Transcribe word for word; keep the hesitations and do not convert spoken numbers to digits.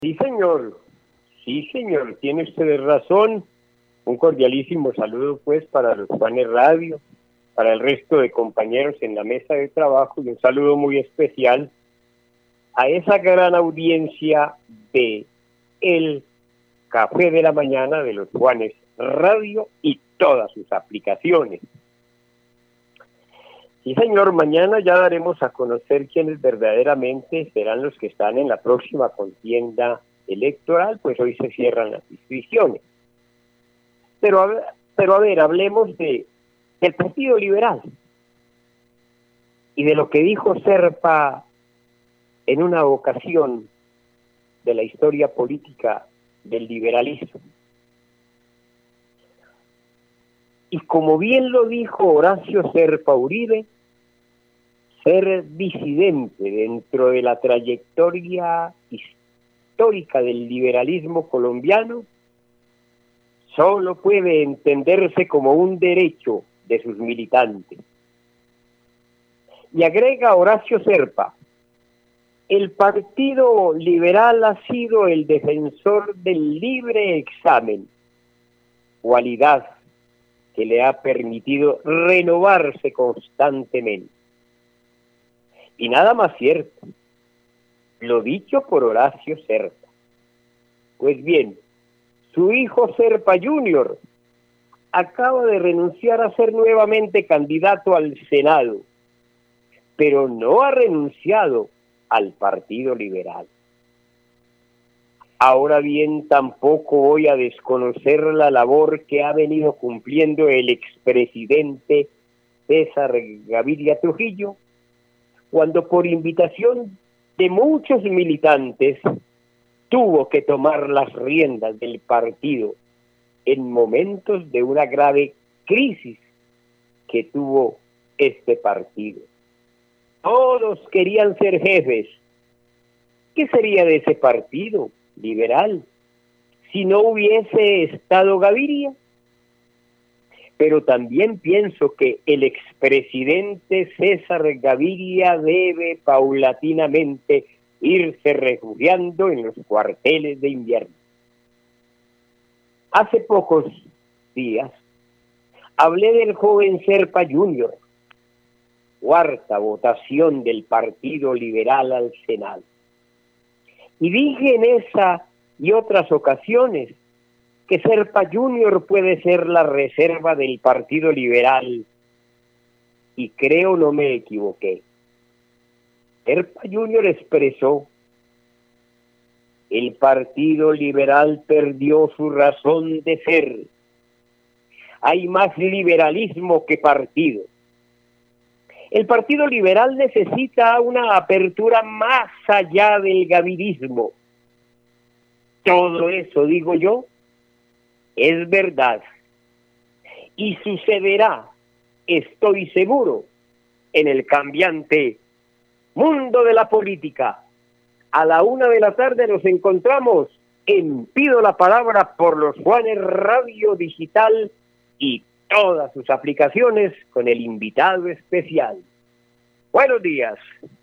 Sí, señor. Sí, señor. Tiene usted razón. Un cordialísimo saludo, pues, para los Juanes Radio, para el resto de compañeros en la mesa de trabajo y un saludo muy especial a esa gran audiencia de El Café de la Mañana de los Juanes Radio y todas sus aplicaciones. Sí, señor, mañana ya daremos a conocer quiénes verdaderamente serán los que están en la próxima contienda electoral, pues hoy se cierran las inscripciones. Pero a ver, pero a ver hablemos de, del Partido Liberal y de lo que dijo Serpa en una ocasión de la historia política del liberalismo. Y como bien lo dijo Horacio Serpa Uribe, ser disidente dentro de la trayectoria histórica del liberalismo colombiano solo puede entenderse como un derecho de sus militantes. Y agrega Horacio Serpa, el Partido Liberal ha sido el defensor del libre examen, cualidad que le ha permitido renovarse constantemente. Y nada más cierto, lo dicho por Horacio Serpa. Pues bien, su hijo Serpa junior acaba de renunciar a ser nuevamente candidato al Senado, pero no ha renunciado al Partido Liberal. Ahora bien, tampoco voy a desconocer la labor que ha venido cumpliendo el expresidente César Gaviria Trujillo, cuando por invitación de muchos militantes tuvo que tomar las riendas del partido en momentos de una grave crisis que tuvo este partido. Todos querían ser jefes. ¿Qué sería de ese partido liberal si no hubiese estado Gaviria? Pero también pienso que el expresidente César Gaviria debe paulatinamente irse refugiando en los cuarteles de invierno. Hace pocos días hablé del joven Serpa junior, cuarta votación del Partido Liberal al Senado. Y dije en esa y otras ocasiones que Serpa junior puede ser la reserva del Partido Liberal, y creo no me equivoqué. Serpa junior expresó: el Partido Liberal perdió su razón de ser. Hay más liberalismo que partido. El Partido Liberal necesita una apertura más allá del gavirismo. Todo eso, digo yo, es verdad. Y sucederá, estoy seguro, en el cambiante mundo de la política. A la una de la tarde nos encontramos en Pido la Palabra por los Juanes Radio Digital y todas sus aplicaciones con el invitado especial. Buenos días.